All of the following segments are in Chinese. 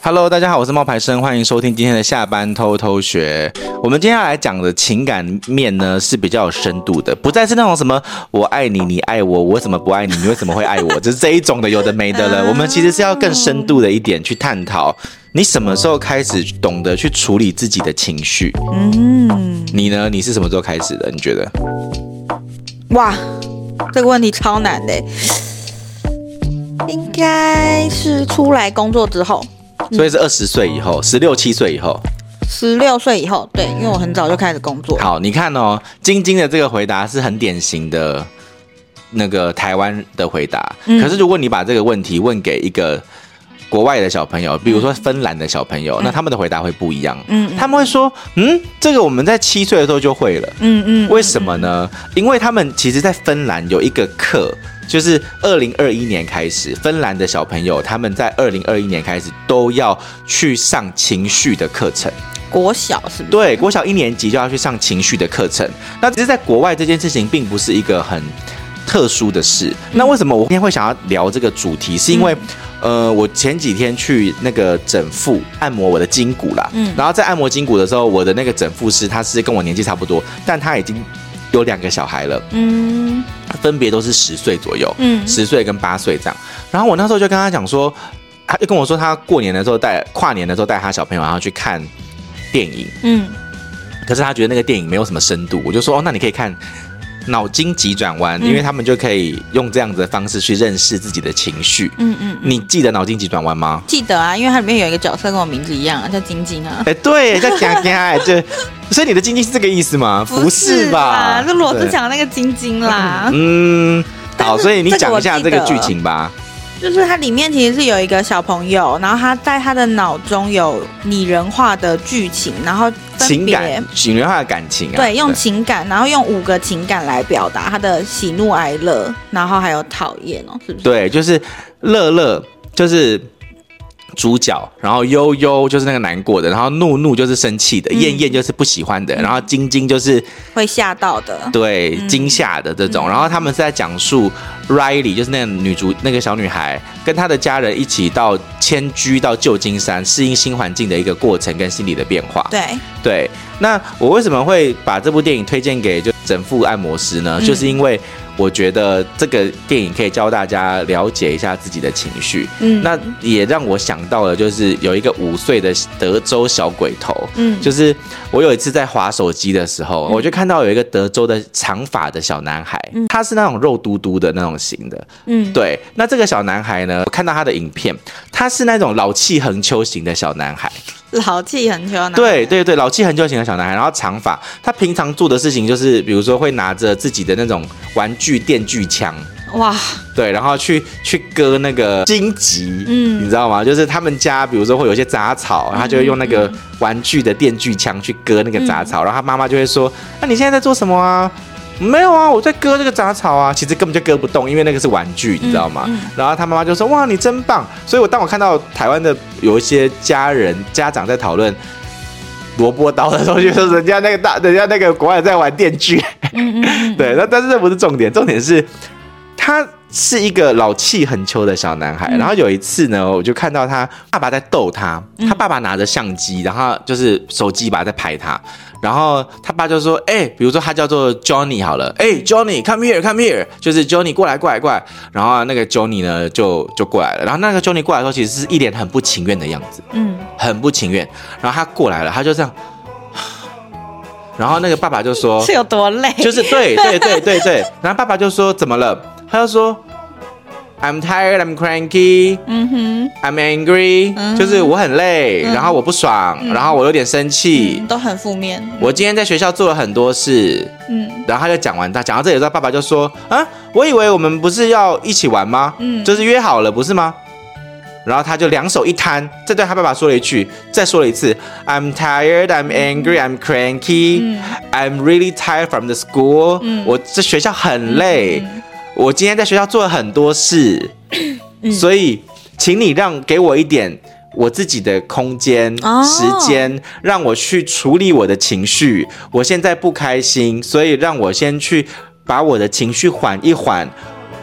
Hello， 大家好，我是冒牌生，欢迎收听今天的下班偷偷学。我们今天要来讲的情感面呢是比较有深度的，不再是那种什么我爱你，你爱我，我为什么不爱你，你为什么会爱我，就是这一种的有的没的了。我们其实是要更深度的一点去探讨，你什么时候开始懂得去处理自己的情绪？你呢？你是什么时候开始的？你觉得？ 哇，这个问题超难的，应该是出来工作之后。 所以是20岁以后，16、17岁以后 ，16岁以后，对，因为我很早就开始工作。 好，你看哦，晶晶的这个回答是很典型的那个台湾的回答。可是如果你把这个问题问给一个国外的小朋友，比如说芬兰的小朋友，那他们的回答会不一样。他们会说，这个我们在7岁的时候就会了。为什么呢？因为他们其实在芬兰有一个课。就是2021年开始，芬兰的小朋友他们在2021年开始都要去上情绪的课程。 国小是不是？ 对，国小1年级就要去上情绪的课程。那其实在国外这件事情并不是一个很特殊的事。那为什么我今天会想要聊这个主题？是因为我前几天去那个整复按摩我的筋骨啦。然后在按摩筋骨的时候，我的那个整复师他是跟我年纪差不多，但他已经有2个小孩了。分别都是10岁左右，10岁跟8岁这样。然后我那时候就跟他讲说，他就跟我说，他过年的时候跨年的时候带他小朋友然后去看电影，可是他觉得那个电影没有什么深度。我就说，那你可以看脑筋急转弯，因为他们就可以用这样子的方式去认识自己的情绪。你记得脑筋急转弯吗？ 记得啊，因为它里面有一个角色跟我名字一样啊，叫晶晶啊。 对，叫佳佳，所以你的晶晶是这个意思吗？不是吧？ 是罗志祥那个晶晶啦。 好，所以你讲一下这个剧情吧。 就是它里面其实是有一个小朋友，然后他在他的脑中有拟人化的剧情，然后情感拟人化的感情啊， 对，用情感，然后用5个情感来表达他的喜怒哀乐，然后还有讨厌哦，是不是？ 对，就是乐乐就是主角，然后悠悠就是那个难过的，然后怒怒就是生气的，厌厌就是不喜欢的，然后晶晶就是会吓到的， 对，惊吓的这种。然后他们是在讲述 Riley 就是那个小女孩跟她的家人一起迁居到旧金山，适应新环境的一个过程跟心理的变化。对，那我为什么会把这部电影推荐给就整复按摩师呢？就是因为我觉得这个电影可以教大家了解一下自己的情绪。那也让我想到了，就是有一个5岁的德州小鬼头。就是我有一次在滑手机的时候，我就看到有一个德州的长发的小男孩，他是那种肉嘟嘟的那种型的。对，那这个小男孩呢，我看到他的影片，他是那种老气横秋型的小男孩。 老气横秋男孩， 对，老气横秋型的小男孩，然后长发。他平常做的事情就是，比如说会拿着自己的那种玩具电锯枪，哇，对，然后去割那个荆棘，你知道吗？就是他们家，比如说会有一些杂草，他就会用那个玩具的电锯枪去割那个杂草，然后他妈妈就会说：“那你现在在做什么啊？”没有啊，我在割这个杂草啊，其实根本就割不动，因为那个是玩具，你知道吗？然后他妈妈就说：“哇，你真棒！”所以当我看到台湾的有一些家长在讨论萝卜刀的时候，就说人家那个国外在玩电锯，对，但是这不是重点，重点是他是一个老气横秋的小男孩。然后有一次呢，我就看到他爸爸在逗他，他爸爸拿着相机，然后就是手机吧在拍他。然后他爸就说：“比如说他叫做 Johnny 好了，Johnny come here， 就是 Johnny 过来。”然后那个 Johnny 呢就过来了。然后那个 Johnny 过来的时候，其实是一脸很不情愿的样子，很不情愿。然后他过来了，他就这样，然后那个爸爸就说：“ 是有多累？” 就是对。然后爸爸就说：“怎么了？”他就说：“I'm tired, I'm cranky, I'm angry，就是我很累，然后我不爽，然后我有点生气， 都很负面。 我今天在学校做了很多事，然后他就讲到这里之后，爸爸就说：啊，我以为我们不是要一起玩吗？就是约好了，不是吗？然后他就2手一摊，再对他爸爸说了一句，再说了一次 ：I'm tired, I'm angry, I'm cranky, I'm really tired from the school。我在学校很累。”我今天在学校做了很多事，所以请你给我一点我自己的空间、时间，让我去处理我的情绪。我现在不开心，所以让我先去把我的情绪缓一缓，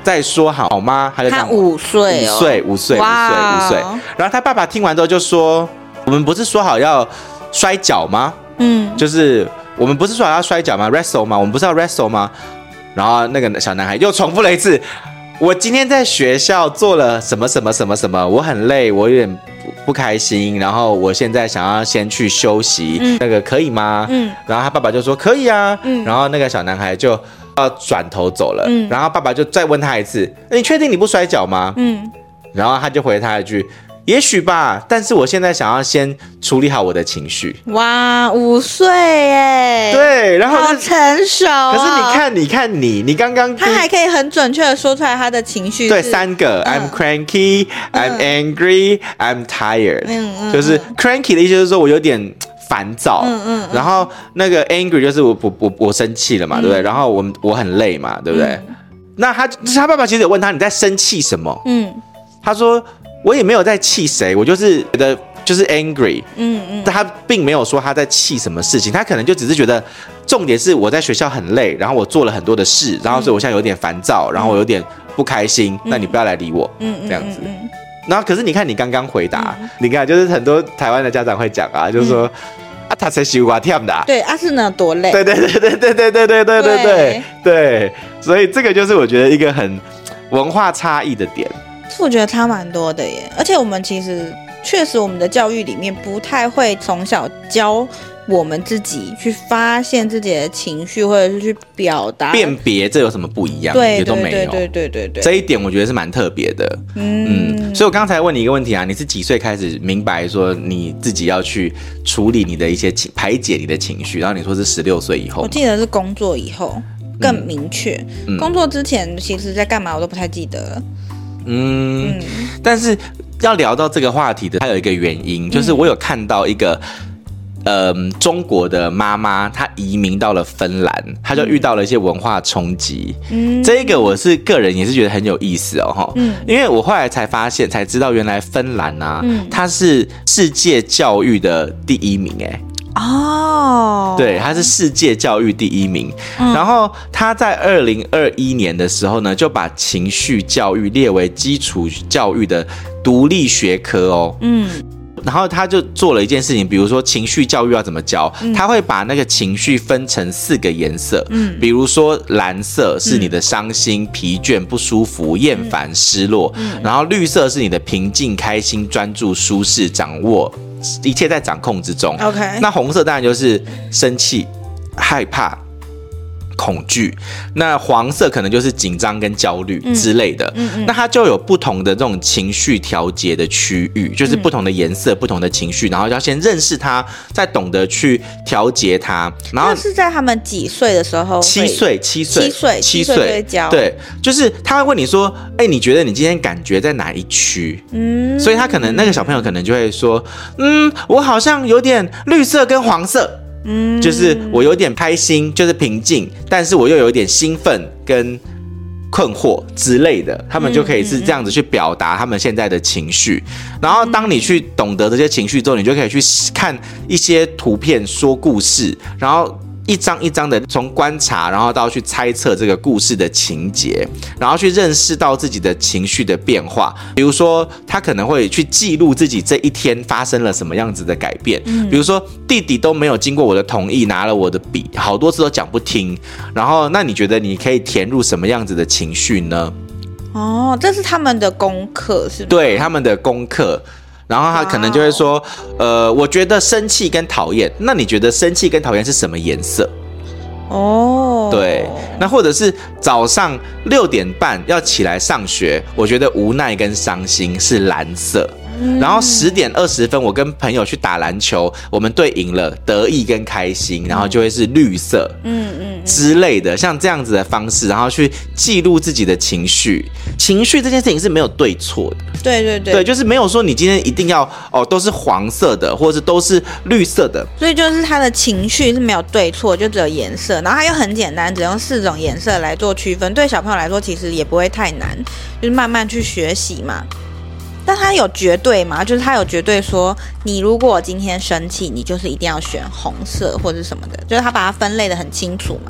再说好吗？他就他5岁哦 ，5岁，然后他爸爸听完之后就说：“我们不是说好要摔跤吗？就是我们不是说好要摔跤吗 ？wrestle 吗？我们不是要 wrestle 吗？”然后那个小男孩又重复了一次：“我今天在学校做了什么什么什么什么，我很累，我有点不开心，然后我现在想要先去休息，那个可以吗？”然后他爸爸就说：“可以啊。”然后那个小男孩就要转头走了，然后爸爸就再问他一次：“你确定你不摔跤吗？”然后他就回他一句：“也许吧，但是我现在想要先处理好我的情绪。” 哇，5岁耶！ 对，然后好成熟哦。 可是你看你刚刚他还可以很准确的说出来他的情绪。 对，3个，I'm cranky, I'm angry, I'm tired。就是 cranky 的意思就是说我有点烦躁，然后那个 angry 就是我生气了嘛，对不对？然后我很累嘛，对不对？那他爸爸其实有问他你在生气什么？他说我也没有在气谁，我就是觉得就是 angry。但他并没有说他在气什么事情，他可能就只是觉得重点是我在学校很累，然后我做了很多的事，然后所以我现在有点烦躁，然后我有点不开心，那你不要来理我，这样子。然后可是你看你刚刚回答，你看就是很多台湾的家长会讲啊，就是说他才洗瓜跳的， 对，是呢多累， 对，所以这个就是我觉得一个很文化差异的点。 我觉得差蛮多的耶，而且我们其实确实我们的教育里面不太会从小教我们自己去发现自己的情绪，或者是去表达辨别这有什么不一样，也都没有。 对， 这一点我觉得是蛮特别的。所以我刚才问你一个问题啊，你是几岁开始明白说你自己要去处理你的一些排解你的情绪？然后你说是16岁以后， 我记得是工作以后更明确。工作之前其实在干嘛我都不太记得了。 但是要聊到这个话题的，还有一个原因，就是我有看到一个中国的妈妈，她移民到了芬兰，她就遇到了一些文化冲击。这个我是个人也是觉得很有意思哦，因为我后来才知道，原来芬兰啊，它是世界教育的第1名，对，他是世界教育第1名。然后他在2021年的时候呢，就把情绪教育列为基础教育的独立学科哦。然后他就做了一件事情，比如说情绪教育要怎么教，他会把那个情绪分成4个颜色，比如说蓝色是你的伤心、疲倦、不舒服、厌烦、失落，然后绿色是你的平静、开心、专注、舒适、掌握。一切在掌控之中。 OK， 那红色当然就是生气、害怕、恐惧，那黄色可能就是紧张跟焦虑之类的。那它就有不同的这种情绪调节的区域，就是不同的颜色、不同的情绪，然后要先认识它，再懂得去调节它。然后那是在他们几岁的时候 ？7岁教。 对，就是他会问你说：“你觉得你今天感觉在哪一区？”所以他可能那个小朋友可能就会说：“我好像有点绿色跟黄色。”就是我有点开心，就是平静，但是我又有点兴奋跟困惑之类的，他们就可以是这样子去表达他们现在的情绪。然后当你去懂得这些情绪之后，你就可以去看一些图片说故事，然后一张一张的从观察，然后到去猜测这个故事的情节，然后去认识到自己的情绪的变化。比如说他可能会去记录自己这一天发生了什么样子的改变，比如说弟弟都没有经过我的同意拿了我的笔，好多次都讲不听，然后那你觉得你可以填入什么样子的情绪呢？ 这是他们的功课是吗？ 对，他们的功课。然后他可能就会说，我觉得生气跟讨厌，那你觉得生气跟讨厌是什么颜色？对，那或者是早上6点半要起来上学，我觉得无奈跟伤心是蓝色。然后10点20分，我跟朋友去打篮球，我们队赢了，得意跟开心，然后就会是绿色，之类的，像这样子的方式，然后去记录自己的情绪。情绪这件事情是没有对错的，对，就是没有说你今天一定要都是黄色的，或者是都是绿色的， 所以就是他的情绪是没有对错，就只有颜色，然后它又很简单，只用4种颜色来做区分，对小朋友来说其实也不会太难，就是慢慢去学习嘛。但他有绝对吗？就是他有绝对说，你如果今天生气，你就是一定要选红色或者什么的，就是他把它分类的很清楚嘛。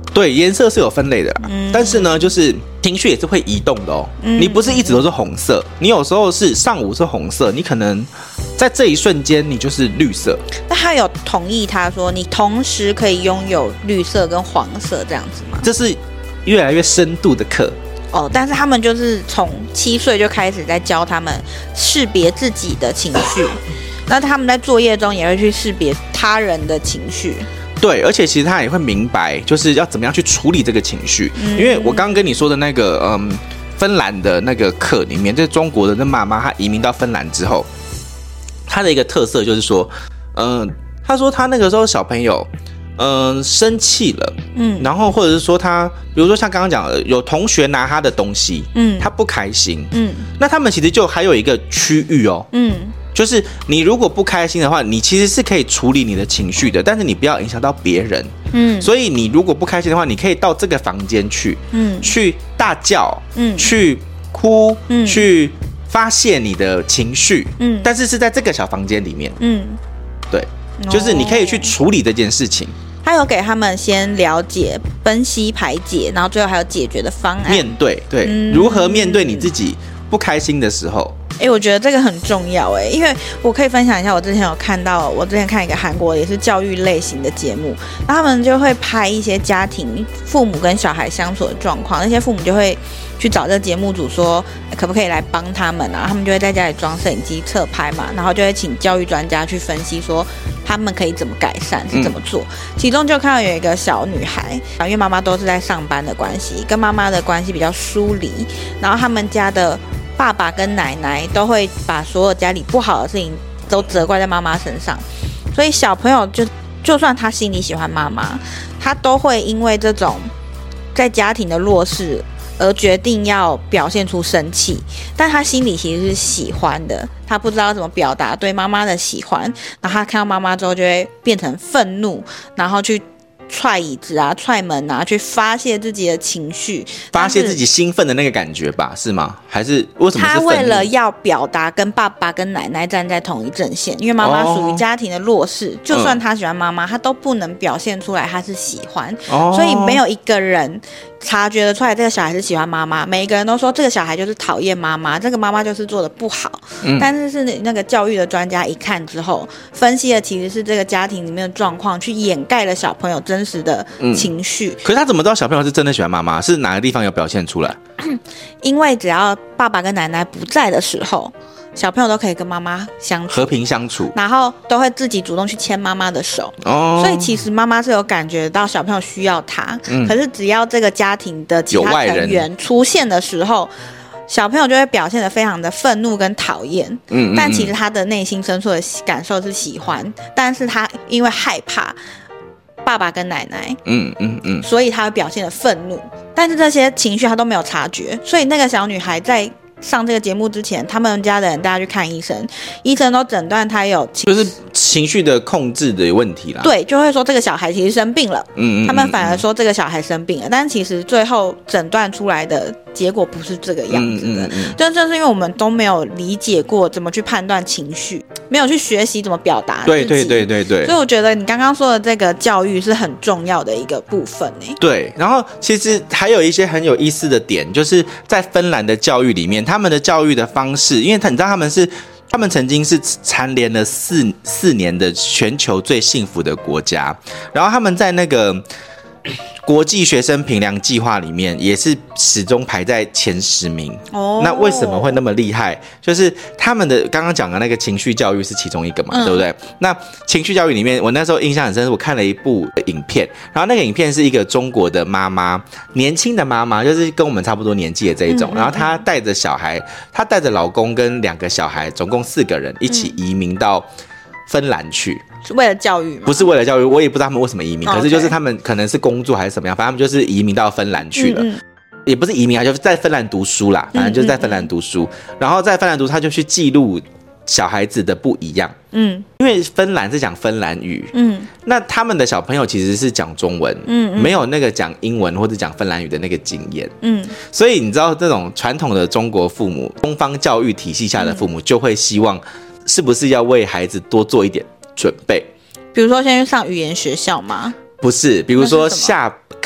对，颜色是有分类的啦，但是呢，就是情绪也是会移动的哦。你不是一直都是红色，你有时候是上午是红色，你可能在这一瞬间你就是绿色。 那他有同意他说你同时可以拥有绿色跟黄色这样子吗？ 这是越来越深度的课哦，但是他们就是从7岁就开始在教他们识别自己的情绪，那他们在作业中也会去识别他人的情绪。 对，而且其实他也会明白，就是要怎么样去处理这个情绪。因为我刚刚跟你说的那个，芬兰的那个课里面，就是中国的那妈妈，她移民到芬兰之后，她的一个特色就是说，她说她那个时候小朋友，生气了，然后或者是说他，比如说像刚刚讲的，有同学拿他的东西，他不开心，那他们其实就还有一个区域哦，就是你如果不开心的话，你其实是可以处理你的情绪的，但是你不要影响到别人。所以你如果不开心的话，你可以到这个房间去，去大叫，去哭，去发泄你的情绪，但是是在这个小房间里面，对，就是你可以去处理这件事情。 他有给他们先了解、分析、排解，然后最后还有解决的方案。 面对，对，如何面对你自己不开心的时候。 我觉得这个很重要因为我可以分享一下，我之前看一个韩国也是教育类型的节目，然后他们就会拍一些家庭父母跟小孩相处的状况，那些父母就会去找这个节目组说可不可以来帮他们啊，他们就会在家里装摄影机侧拍嘛，然后就会请教育专家去分析说他们可以怎么改善，是怎么做。其中就看到有一个小女孩，因为妈妈都是在上班的关系，跟妈妈的关系比较疏离，然后他们家的爸爸跟奶奶都会把所有家里不好的事情都责怪在妈妈身上，所以小朋友就算他心里喜欢妈妈，他都会因为这种在家庭的弱势而决定要表现出生气，但他心里其实是喜欢的，他不知道怎么表达对妈妈的喜欢，然后他看到妈妈之后就会变成愤怒，然后去踹椅子啊、踹门啊，去发泄自己的情绪， 发泄自己兴奋的那个感觉吧，是吗？还是为什么是愤怒？他为了要表达跟爸爸跟奶奶站在同一阵线，因为妈妈属于家庭的弱势，就算他喜欢妈妈，他都不能表现出来他是喜欢，所以没有一个人察觉得出来这个小孩是喜欢妈妈，每一个人都说这个小孩就是讨厌妈妈，这个妈妈就是做的不好，但是那个教育的专家一看之后，分析的其实是这个家庭里面的状况，去掩盖了小朋友真实的情绪。 可是他怎么知道小朋友是真的喜欢妈妈？是哪个地方有表现出来？ 因为只要爸爸跟奶奶不在的时候，小朋友都可以跟妈妈相处， 和平相处， 然后都会自己主动去牵妈妈的手。所以其实妈妈是有感觉到小朋友需要他，可是只要这个家庭的其他成员出现的时候，小朋友就会表现得非常的愤怒跟讨厌。但其实他的内心深处的感受是喜欢，但是他因为害怕爸爸跟奶奶，所以他会表现得愤怒，但是这些情绪他都没有察觉，所以那个小女孩在上这个节目之前，他们家的人带她去看医生，医生都诊断她有就是情绪的控制的问题啦。 对，就会说这个小孩其实生病了。他们反而说这个小孩生病了，但其实最后诊断出来的结果不是这个样子的。就是因为我们都没有理解过怎么去判断情绪，没有去学习怎么表达自己。对。所以我觉得你刚刚说的这个教育是很重要的一个部分。 对，然后其实还有一些很有意思的点，就是在芬兰的教育里面，他们的教育的方式，因为你知道他们曾经是蝉联了四年的全球最幸福的国家，然后他们在那个国际学生评量计划里面也是始终排在前10名。那为什么会那么厉害？就是他们的刚刚讲的那个情绪教育是其中一个嘛，对不对？那情绪教育里面，我那时候印象很深，我看了一部影片，然后那个影片是一个中国的妈妈，年轻的妈妈，就是跟我们差不多年纪的这一种，然后她带着小孩，她带着老公跟2个小孩，总共4个人一起移民到芬兰去。 是为了教育吗？ 不是为了教育，我也不知道他们为什么移民，可是就是他们可能是工作还是怎么样，反正他们就是移民到芬兰去了。也不是移民啊，就是在芬兰读书啦，反正就是在芬兰读书。然后在芬兰读，他就去记录小孩子的不一样。因为芬兰是讲芬兰语，那他们的小朋友其实是讲中文，没有那个讲英文或者讲芬兰语的那个经验。所以你知道这种传统的中国父母，东方教育体系下的父母，就会希望是不是要为孩子多做一点准备， 比如说先去上语言学校吗？ 不是，比如说下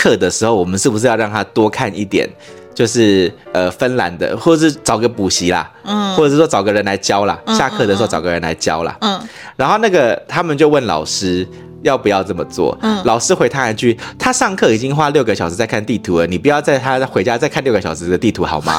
课的时候，我们是不是要让他多看一点？就是芬兰的，或者是找个补习啦，或者是说找个人来教啦，下课的时候找个人来教啦，然后他们就问老师要不要这么做，老师回他一句，他上课已经花6个小时在看地图了，你不要在他回家再看6个小时的地图好吗？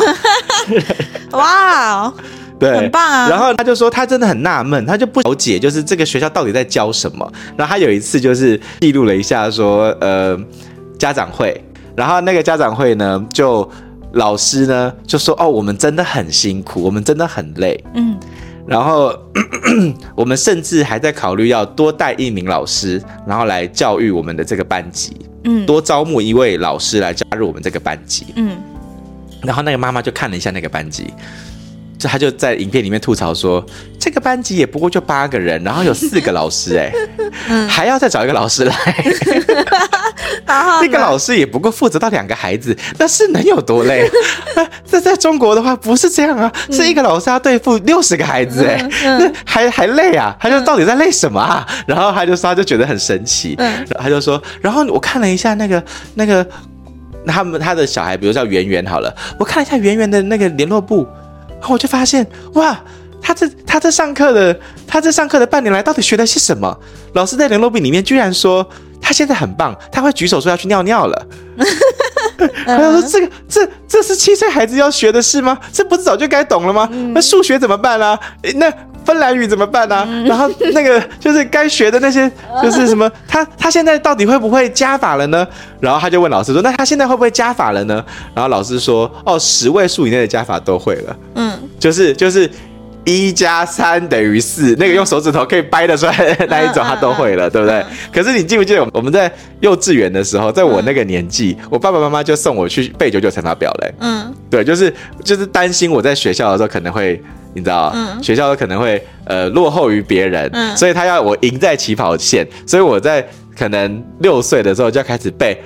哇，对，很棒啊。 然后他就说他真的很纳闷，他就不了解就是这个学校到底在教什么。然后他有一次就是记录了一下说家长会，然后那个家长会呢就老师呢就说我们真的很辛苦，我们真的很累，然后我们甚至还在考虑要多带1名老师，然后来教育我们的这个班级，多招募1位老师来加入我们这个班级，然后那个妈妈就看了一下那个班级，他就在影片里面吐槽说，这个班级也不过就8个人，然后有4个老师还要再找一个老师来那个老师也不过负责到2个孩子，那是能有多累？这在中国的话不是这样啊，是一个老师要对付60个孩子那还累啊？他就到底在累什么啊？然后他就觉得很神奇，他就说，然后我看了一下那个他的小孩，比如叫圆圆好了，我看了一下圆圆的那个联络簿，我就发现哇，他这上课的半年来到底学的是什么？老师在联络簿里面居然说他现在很棒，他会举手说要去尿尿了。他说这是7岁孩子要学的事吗？这不是早就该懂了吗？那数学怎么办啊？那芬兰语怎么办啊？然后那个就是该学的那些就是什么，他现在到底会不会加法了呢？然后他就问老师说，那他现在会不会加法了呢？然后老师说10位数以内的加法都会了。就是1+3等于4，那个用手指头可以掰得出来的那一种他都会了，对不对？可是你记不记得我们在幼稚园的时候，在我那个年纪，我爸爸妈妈就送我去背99乘法表嘞。对，就是担心我在学校的时候可能会，你知道，学校可能会落后于别人，所以他要我赢在起跑线，所以我在可能6岁的时候就要开始背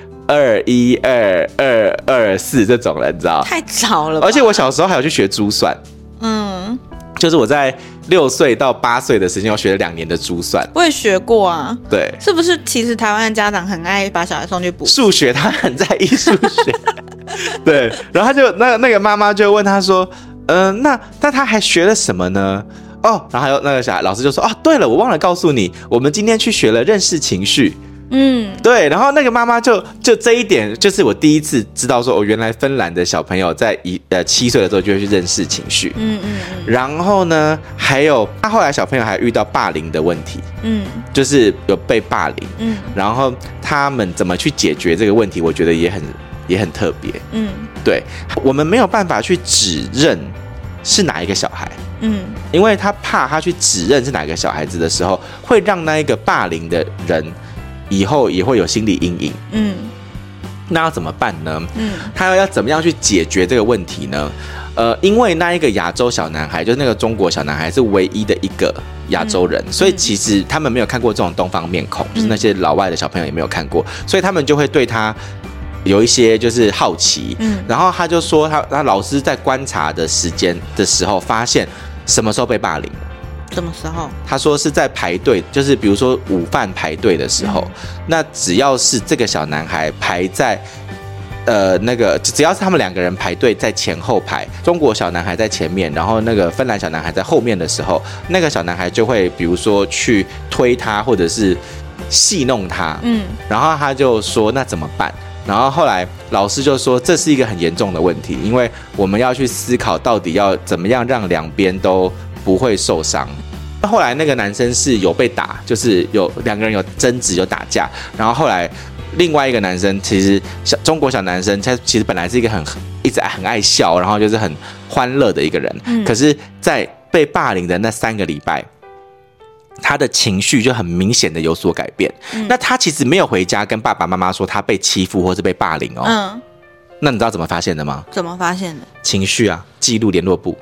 2122224这种了，你知道？ 太早了吧。 而且我小时候还有去学珠算。就是我在6岁到8岁的时间，我学了2年的珠算。 我也学过啊。 对， 是不是其实台湾的家长很爱把小孩送去补数学？他很在意数学。对，然后他就那个妈妈就问他说，那他还学了什么呢？然后还有那个小孩老师就说，对了，我忘了告诉你，我们今天去学了认识情绪。对，然后那个妈妈就这一点，就是我第一次知道说，原来芬兰的小朋友在7岁的时候就会去认识情绪。然后呢，还有他后来小朋友还遇到霸凌的问题。就是有被霸凌。然后他们怎么去解决这个问题，我觉得也很特别。对，我们没有办法去指认是哪一个小孩。因为他怕他去指认是哪个小孩子的时候，会让那一个霸凌的人以后也会有心理阴影。那要怎么办呢？他要怎么样去解决这个问题呢？因为那一个亚洲小男孩，就是那个中国小男孩，是唯一的一个亚洲人，所以其实他们没有看过这种东方面孔，就是那些老外的小朋友也没有看过，所以他们就会对他有一些就是好奇。然后他就说他老师在观察的时候发现什么时候被霸凌。 什么时候？他说是在排队，就是比如说午饭排队的时候，那只要是这个小男孩排在只要是他们2个人排队在前后排，中国小男孩在前面，然后那个芬兰小男孩在后面的时候，那个小男孩就会比如说去推他或者是戏弄他。然后他就说那怎么办？然后后来老师就说这是一个很严重的问题，因为我们要去思考到底要怎么样让2边都不会受伤。后来那个男生是有被打，就是有2个人有争执有打架，然后后来另外一个男生其实中国小男生，他其实本来是一个一直很爱笑，然后就是很欢乐的一个人，可是在被霸凌的那3个礼拜，他的情绪就很明显的有所改变。那他其实没有回家跟爸爸妈妈说他被欺负或是被霸凌那你知道怎么发现的吗？ 怎么发现的？ 情绪啊，记录联络簿。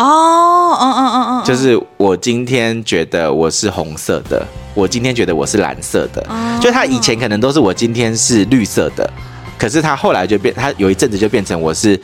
就是我今天觉得我是红色的，我今天觉得我是蓝色的。就他以前可能都是我今天是绿色的，可是他后来他有一阵子就变成我是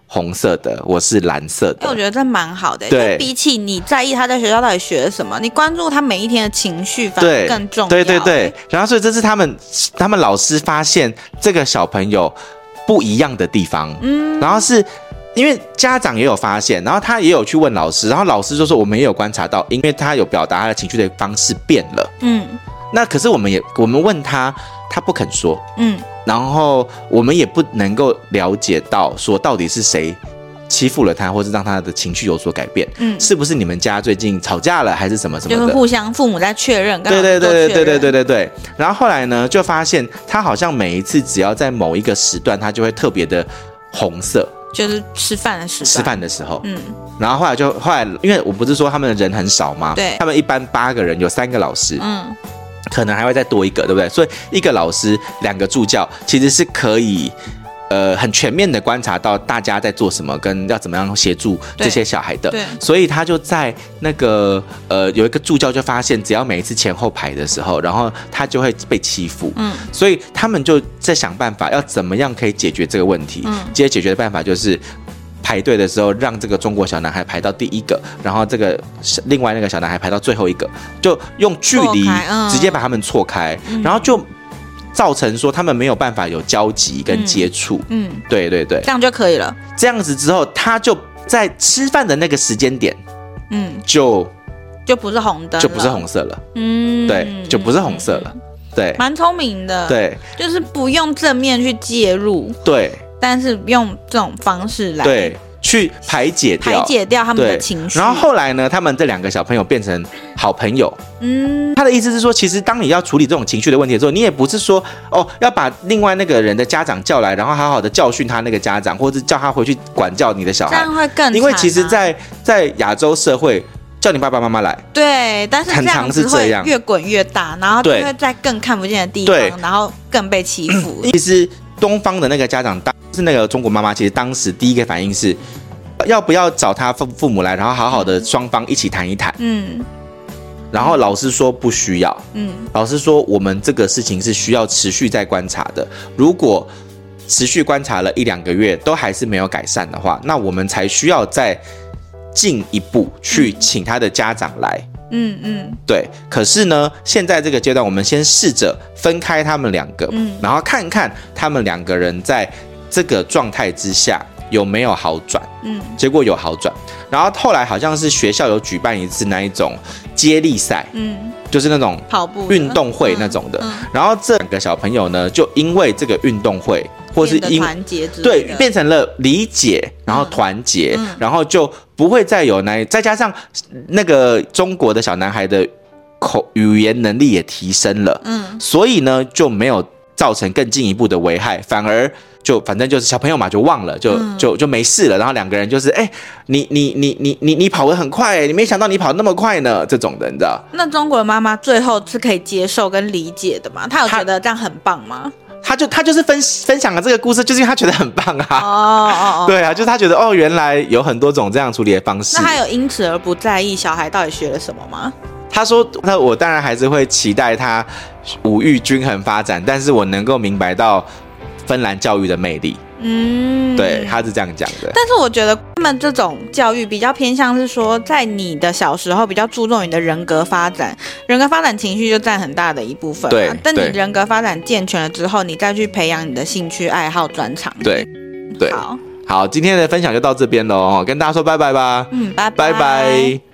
红色的，我是蓝色的。 我觉得这蛮好的， 对， 比起你在意他在学校到底学了什么，你关注他每一天的情绪反而更重要。 对，然后所以这是他们老师发现这个小朋友不一样的地方，然后是因为家长也有发现，然后他也有去问老师，然后老师就说我们也有观察到，因为他有表达他的情绪的方式变了，那可是我们问他不肯说，然后我们也不能够了解到说到底是谁欺负了他，或是让他的情绪有所改变，是不是你们家最近吵架了，还是什么什么的， 就是互相父母在确认， 对。然后后来呢，就发现他好像每一次只要在某一个时段，他就会特别的红色， 就是吃饭的时候， 然后后来，因为我不是说他们的人很少吗？ 对， 他们一般8个人有3个老师，可能还会再多一个，对不对？所以一个老师2个助教其实是可以很全面的观察到大家在做什么，跟要怎么样协助这些小孩的。所以他就在那个有一个助教就发现，只要每一次前后排的时候，然后他就会被欺负。所以他们就在想办法，要怎么样可以解决这个问题。解决的办法就是排队的时候，让这个中国小男孩排到第1个，然后这个另外那个小男孩排到最后1个，就用距离直接把他们错开，然后就造成说他们没有办法有交集跟接触。对， 这样就可以了。 这样子之后，他就在吃饭的那个时间点，就不是红灯， 就不是红色了。对，就不是红色了。对， 蛮聪明的。 对， 就是不用正面去介入。 对。 但是用这种方式来去排解掉他们的情绪。 然后后来呢，他们这2个小朋友变成好朋友。他的意思是说，其实当你要处理这种情绪的问题的时候，你也不是说要把另外那个人的家长叫来，然后好好的教训他那个家长，或者叫他回去管教你的小孩， 这样会更惨。 因为其实在亚洲社会，叫你爸爸妈妈来， 对，但是这样子会越滚越大，然后就会在更看不见的地方，然后更被欺负。 其实东方的那个家长是那个中国妈妈，其实当时第一个反应是要不要找他父母来，然后好好的双方一起谈一谈。然后老师说不需要。老师说我们这个事情是需要持续在观察的，如果持续观察了1-2个月都还是没有改善的话，那我们才需要再进一步去请他的家长来。对。可是呢，现在这个阶段，我们先试着分开他们2个，然后看看他们2个人在这个状态之下有没有好转。结果有好转。然后后来好像是学校有举办一次那一种接力赛，就是那种跑步运动会那种的。然后这2个小朋友呢，就因为这个运动会，或是团结之类的， 变成了理解，然后团结，然后就不会再有再加上那个中国的小男孩的语言能力也提升了，所以呢就没有造成更进一步的危害，反而反正就是小朋友嘛，就忘了，就没事了。然后2个人就是你跑得很快，你没想到你跑那么快呢，这种的，你知道？那中国的妈妈最后是可以接受跟理解的吗？她有觉得这样很棒吗？ 他就是分享了这个故事，就是因为他觉得很棒啊。对啊，就是他觉得原来有很多种这样处理的方式。 那他有因此而不在意小孩到底学了什么吗？ 他说我当然还是会期待他5育均衡发展，但是我能够明白到芬兰教育的魅力。对，他是这样讲的。 但是我觉得他们这种教育比较偏向是说，在你的小时候比较注重你的人格发展，情绪就占很大的一部分嘛。 对。 但你人格发展健全了之后，你再去培养你的兴趣爱好专长。 对。好，今天的分享就到这边咯，跟大家说拜拜吧。 拜拜。